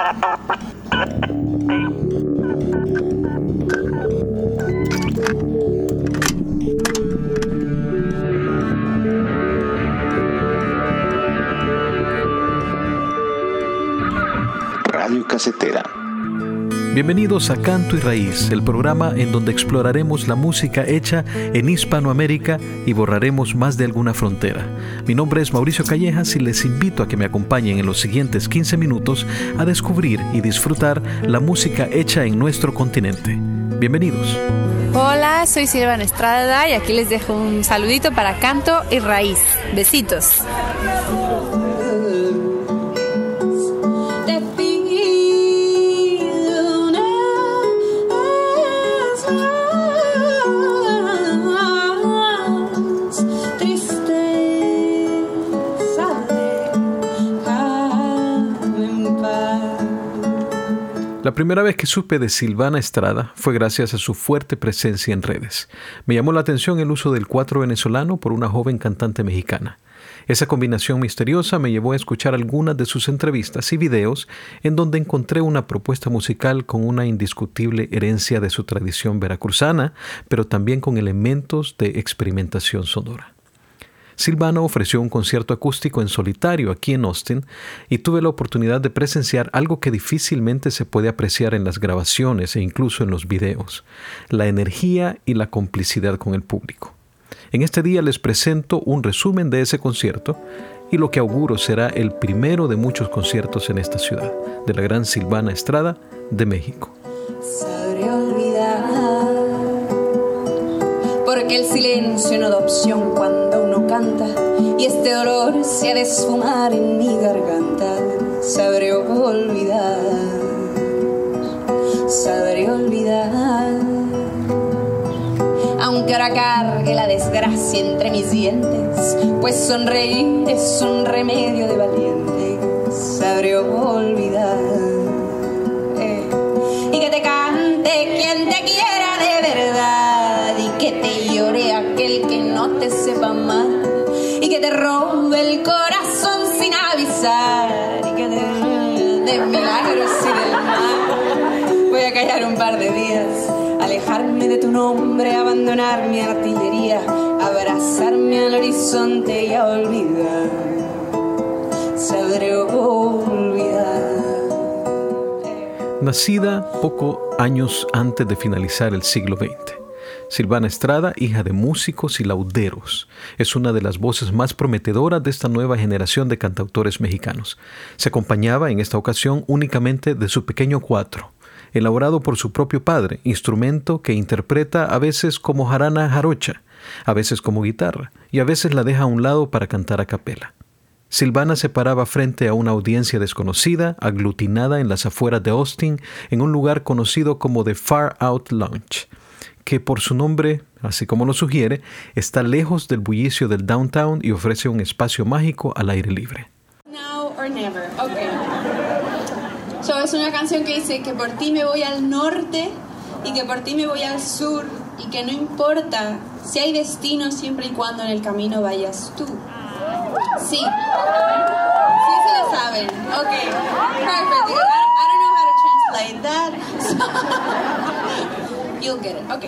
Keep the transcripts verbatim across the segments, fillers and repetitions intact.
Radio Casetera. Bienvenidos a Canto y Raíz, el programa en donde exploraremos la música hecha en Hispanoamérica y borraremos más de alguna frontera. Mi nombre es Mauricio Callejas y les invito a que me acompañen en los siguientes quince minutos a descubrir y disfrutar la música hecha en nuestro continente. Bienvenidos. Hola, soy Silvana Estrada y aquí les dejo un saludito para Canto y Raíz. Besitos. La primera vez que supe de Silvana Estrada fue gracias a su fuerte presencia en redes. Me llamó la atención el uso del cuatro venezolano por una joven cantante mexicana. Esa combinación misteriosa me llevó a escuchar algunas de sus entrevistas y videos en donde encontré una propuesta musical con una indiscutible herencia de su tradición veracruzana, pero también con elementos de experimentación sonora. Silvana ofreció un concierto acústico en solitario aquí en Austin y tuve la oportunidad de presenciar algo que difícilmente se puede apreciar en las grabaciones e incluso en los videos: la energía y la complicidad con el público. En este día les presento un resumen de ese concierto y lo que auguro será el primero de muchos conciertos en esta ciudad, de la gran Silvana Estrada de México. Sabré olvidar, porque el silencio no da opción cuando uno canta y este dolor se ha de esfumar en mi garganta. Sabré olvidar, sabré olvidar, aunque ahora cargue la desgracia entre mis dientes, pues sonreír es un remedio de valientes. Sabré olvidar, eh. y que te cante quien te quiera de verdad, y que te llore aquel que no te sepa amar, y que te robe el corazón sin avisar, y que te de milagros y del mar. Voy a callar un par de días, alejarme de tu nombre, abandonar mi artillería, abrazarme al horizonte y a olvidar. Sabré olvidar. Nacida pocos años antes de finalizar el siglo veinte, Silvana Estrada, hija de músicos y lauderos, es una de las voces más prometedoras de esta nueva generación de cantautores mexicanos. Se acompañaba en esta ocasión únicamente de su pequeño cuatro, elaborado por su propio padre, instrumento que interpreta a veces como jarana jarocha, a veces como guitarra, y a veces la deja a un lado para cantar a capela. Silvana se paraba frente a una audiencia desconocida, aglutinada en las afueras de Austin, en un lugar conocido como The Far Out Lounge, que por su nombre, así como lo sugiere, está lejos del bullicio del downtown y ofrece un espacio mágico al aire libre. Now or never. Okay. So, es una canción que dice que por ti me voy al norte y que por ti me voy al sur y que no importa si hay destino siempre y cuando en el camino vayas tú. Sí. Sí se lo saben. Okay. Perfect. I, I don't know how to translate that. So you'll get it. Okay.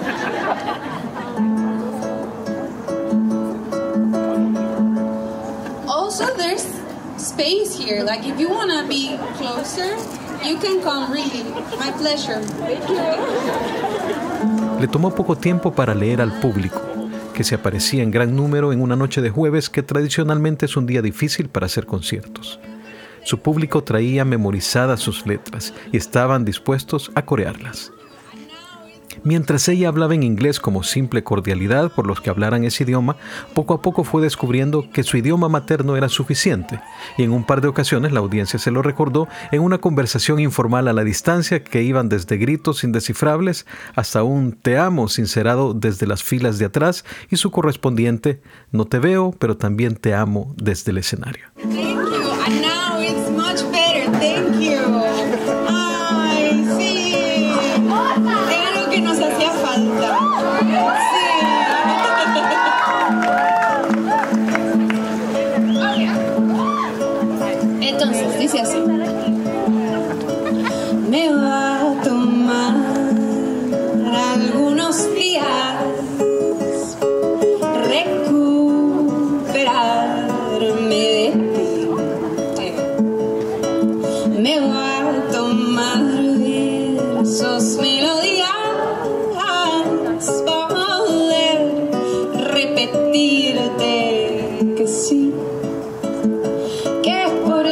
Also, there's space here. Like, if you want to be closer, you can come, really. My pleasure. Thank you. Le tomó poco tiempo para leer al público, que se aparecía en gran número en una noche de jueves que tradicionalmente es un día difícil para hacer conciertos. Su público traía memorizadas sus letras y estaban dispuestos a corearlas. Mientras ella hablaba en inglés como simple cordialidad por los que hablaran ese idioma, poco a poco fue descubriendo que su idioma materno era suficiente, y en un par de ocasiones la audiencia se lo recordó en una conversación informal a la distancia que iban desde gritos indescifrables hasta un te amo sincerado desde las filas de atrás y su correspondiente no te veo, pero también te amo desde el escenario. Thank you. And now it's much better. Thank you. Ay, sí. Era lo que nos hacía falta. Sí. Entonces, dice así.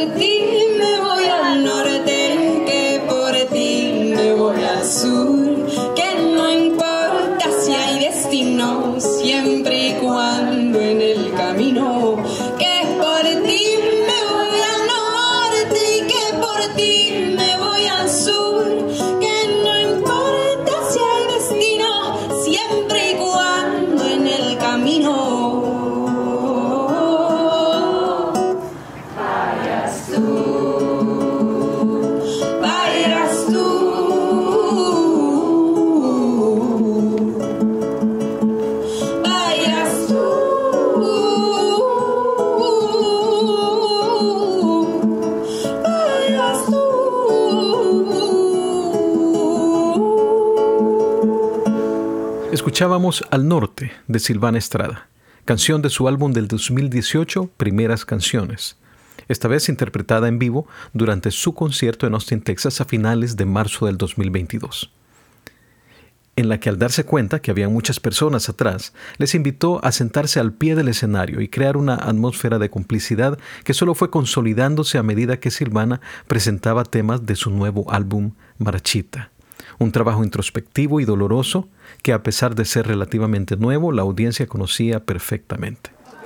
ti me voy al norte, que por ti me voy al sur, que no importa si hay destino, siempre y cuando en el camino, que por ti me voy al norte y que por ti me voy al sur, que no importa si hay destino, siempre y cuando en el camino. Escuchábamos Al Norte de Silvana Estrada, canción de su álbum del dos mil dieciocho, Primeras Canciones, esta vez interpretada en vivo durante su concierto en Austin, Texas a finales de marzo del dos mil veintidós, en la que al darse cuenta que había muchas personas atrás, les invitó a sentarse al pie del escenario y crear una atmósfera de complicidad que solo fue consolidándose a medida que Silvana presentaba temas de su nuevo álbum Marchita. Un trabajo introspectivo y doloroso que, a pesar de ser relativamente nuevo, la audiencia conocía perfectamente.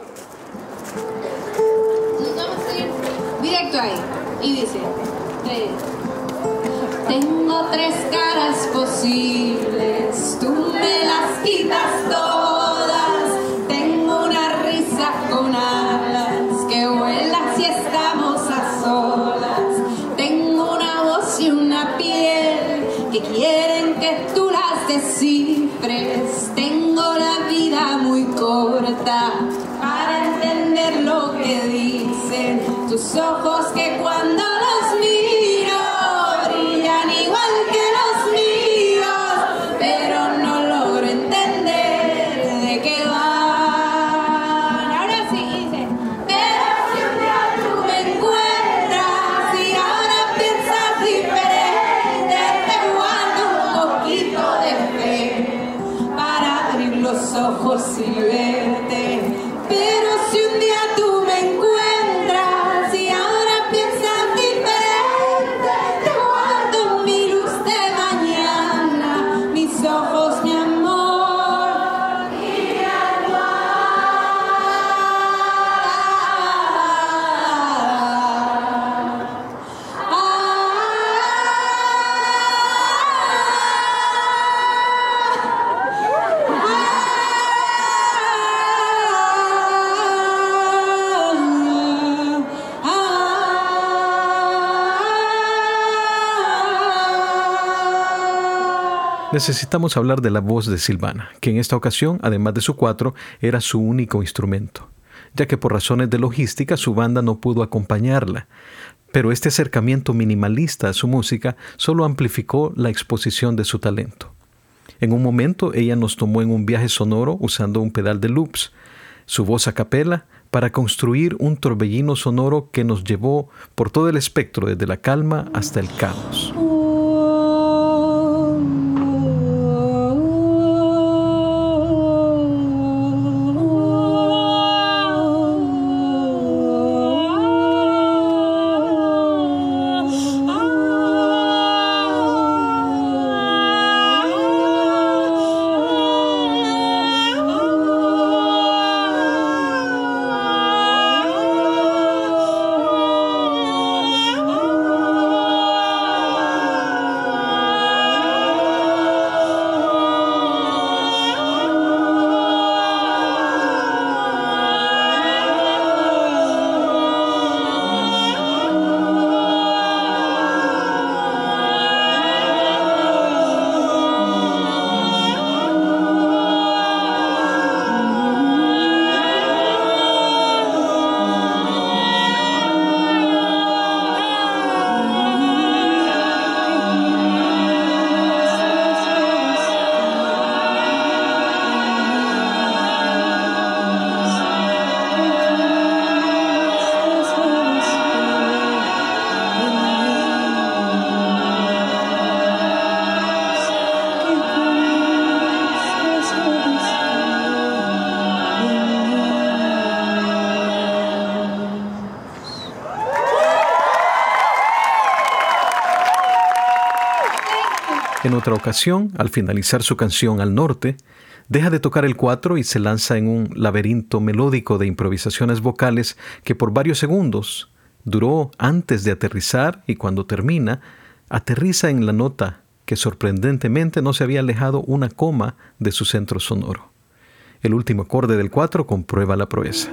Nos vamos a ir directo ahí. Y dice, tres. Tengo tres caras posibles, tú me las quitas todas. Tengo una risa con alas que vuela si estamos a solas. Tengo una voz y una piel que quieren que tú las descifres. Tengo la vida muy corta para entender lo que dicen tus ojos, que cuando los miro brillan igual que los míos, pero no logro entender de qué van. Ahora sí dice, pero si un día tú me encuentras y ahora piensas diferente, te guardo un poquito de fe para abrir los ojos y verte. Pero si un día tú me encuentras y ahora piensas diferente, te guardo mi luz de mañana, mis ojos, mi amor y mi alma. Necesitamos hablar de la voz de Silvana, que en esta ocasión, además de su cuatro, era su único instrumento, ya que por razones de logística su banda no pudo acompañarla. Pero este acercamiento minimalista a su música solo amplificó la exposición de su talento. En un momento ella nos tomó en un viaje sonoro usando un pedal de loops, su voz a capela, para construir un torbellino sonoro que nos llevó por todo el espectro, desde la calma hasta el caos. En otra ocasión, al finalizar su canción Al Norte, deja de tocar el cuatro y se lanza en un laberinto melódico de improvisaciones vocales que por varios segundos duró antes de aterrizar, y cuando termina, aterriza en la nota que sorprendentemente no se había alejado una coma de su centro sonoro. El último acorde del cuatro comprueba la proeza.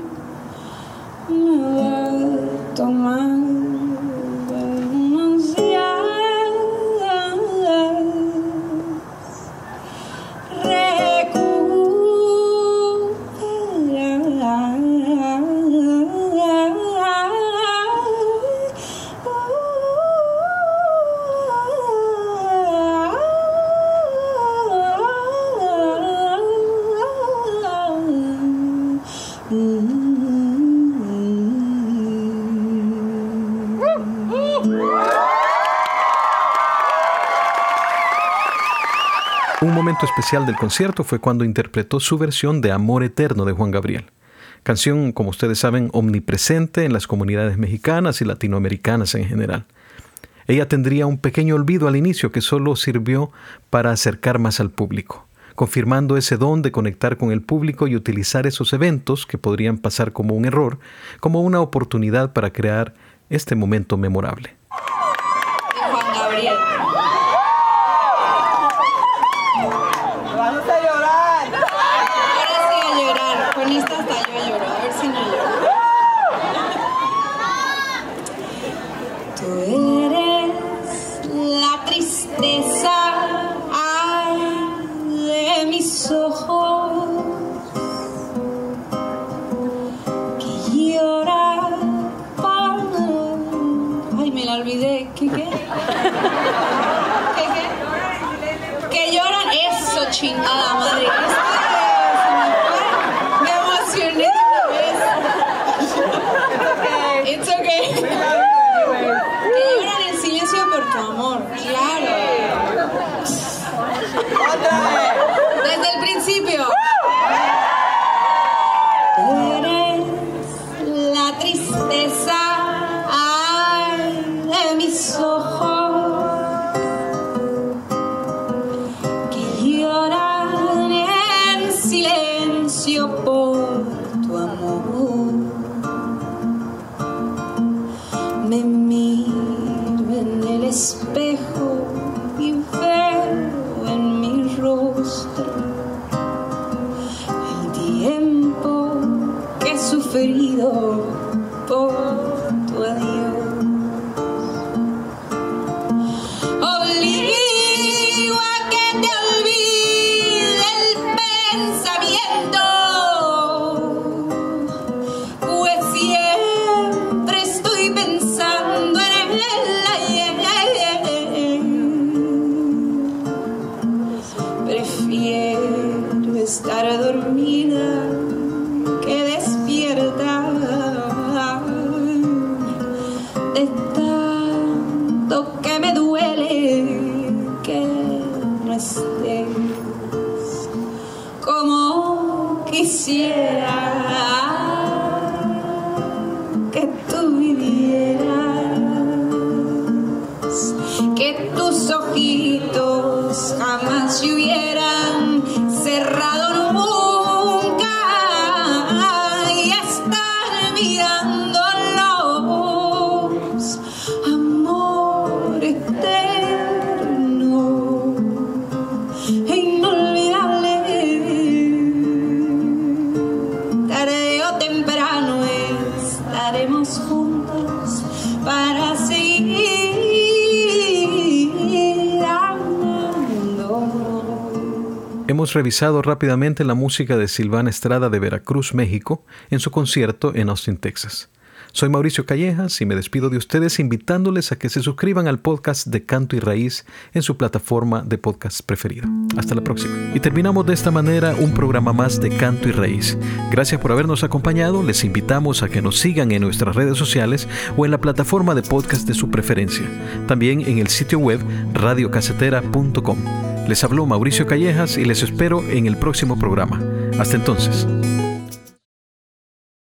Un momento especial del concierto fue cuando interpretó su versión de Amor Eterno de Juan Gabriel, canción, como ustedes saben, omnipresente en las comunidades mexicanas y latinoamericanas en general. Ella tendría un pequeño olvido al inicio que solo sirvió para acercar más al público, confirmando ese don de conectar con el público y utilizar esos eventos que podrían pasar como un error, como una oportunidad para crear este momento memorable. Juan Gabriel. Vamos a llorar. Ahora sí a llorar. Con esta hasta yo lloro. A ver si no lloro. Tú eres la tristeza, ay, de mis ojos, que llora por... Ay, me la olvidé. ¿Qué qué? ¿Qué qué? Que lloran eso, chingada madre. Me emocioné de una vez. It's okay. Que lloran en silencio por tu amor. Claro. Otra vez. Desde el principio. Eres la tristeza, ay, de mis ojos, que lloran en silencio por tu amor. Me miro en el espejo y veo en mi rostro el tiempo que he sufrido por tu adiós. Obligo a que te olvide el pensamiento, pues siempre estoy pensando en el ayer. Prefiero estar dormida que despierta, de tanto que me duele que no estés como quisiera que tú vivieras, que tus ojitos jamás se hubieran cerrado nunca y estar mirándolos, amor eterno e inolvidable. Tarde o temprano estaremos juntos para seguir amando. Hemos revisado rápidamente la música de Silvana Estrada de Veracruz, México, en su concierto en Austin, Texas. Soy Mauricio Callejas y me despido de ustedes invitándoles a que se suscriban al podcast de Canto y Raíz en su plataforma de podcast preferida. Hasta la próxima. Y terminamos de esta manera un programa más de Canto y Raíz. Gracias por habernos acompañado. Les invitamos a que nos sigan en nuestras redes sociales o en la plataforma de podcast de su preferencia. También en el sitio web radio casetera punto com. Les habló Mauricio Callejas y les espero en el próximo programa. Hasta entonces.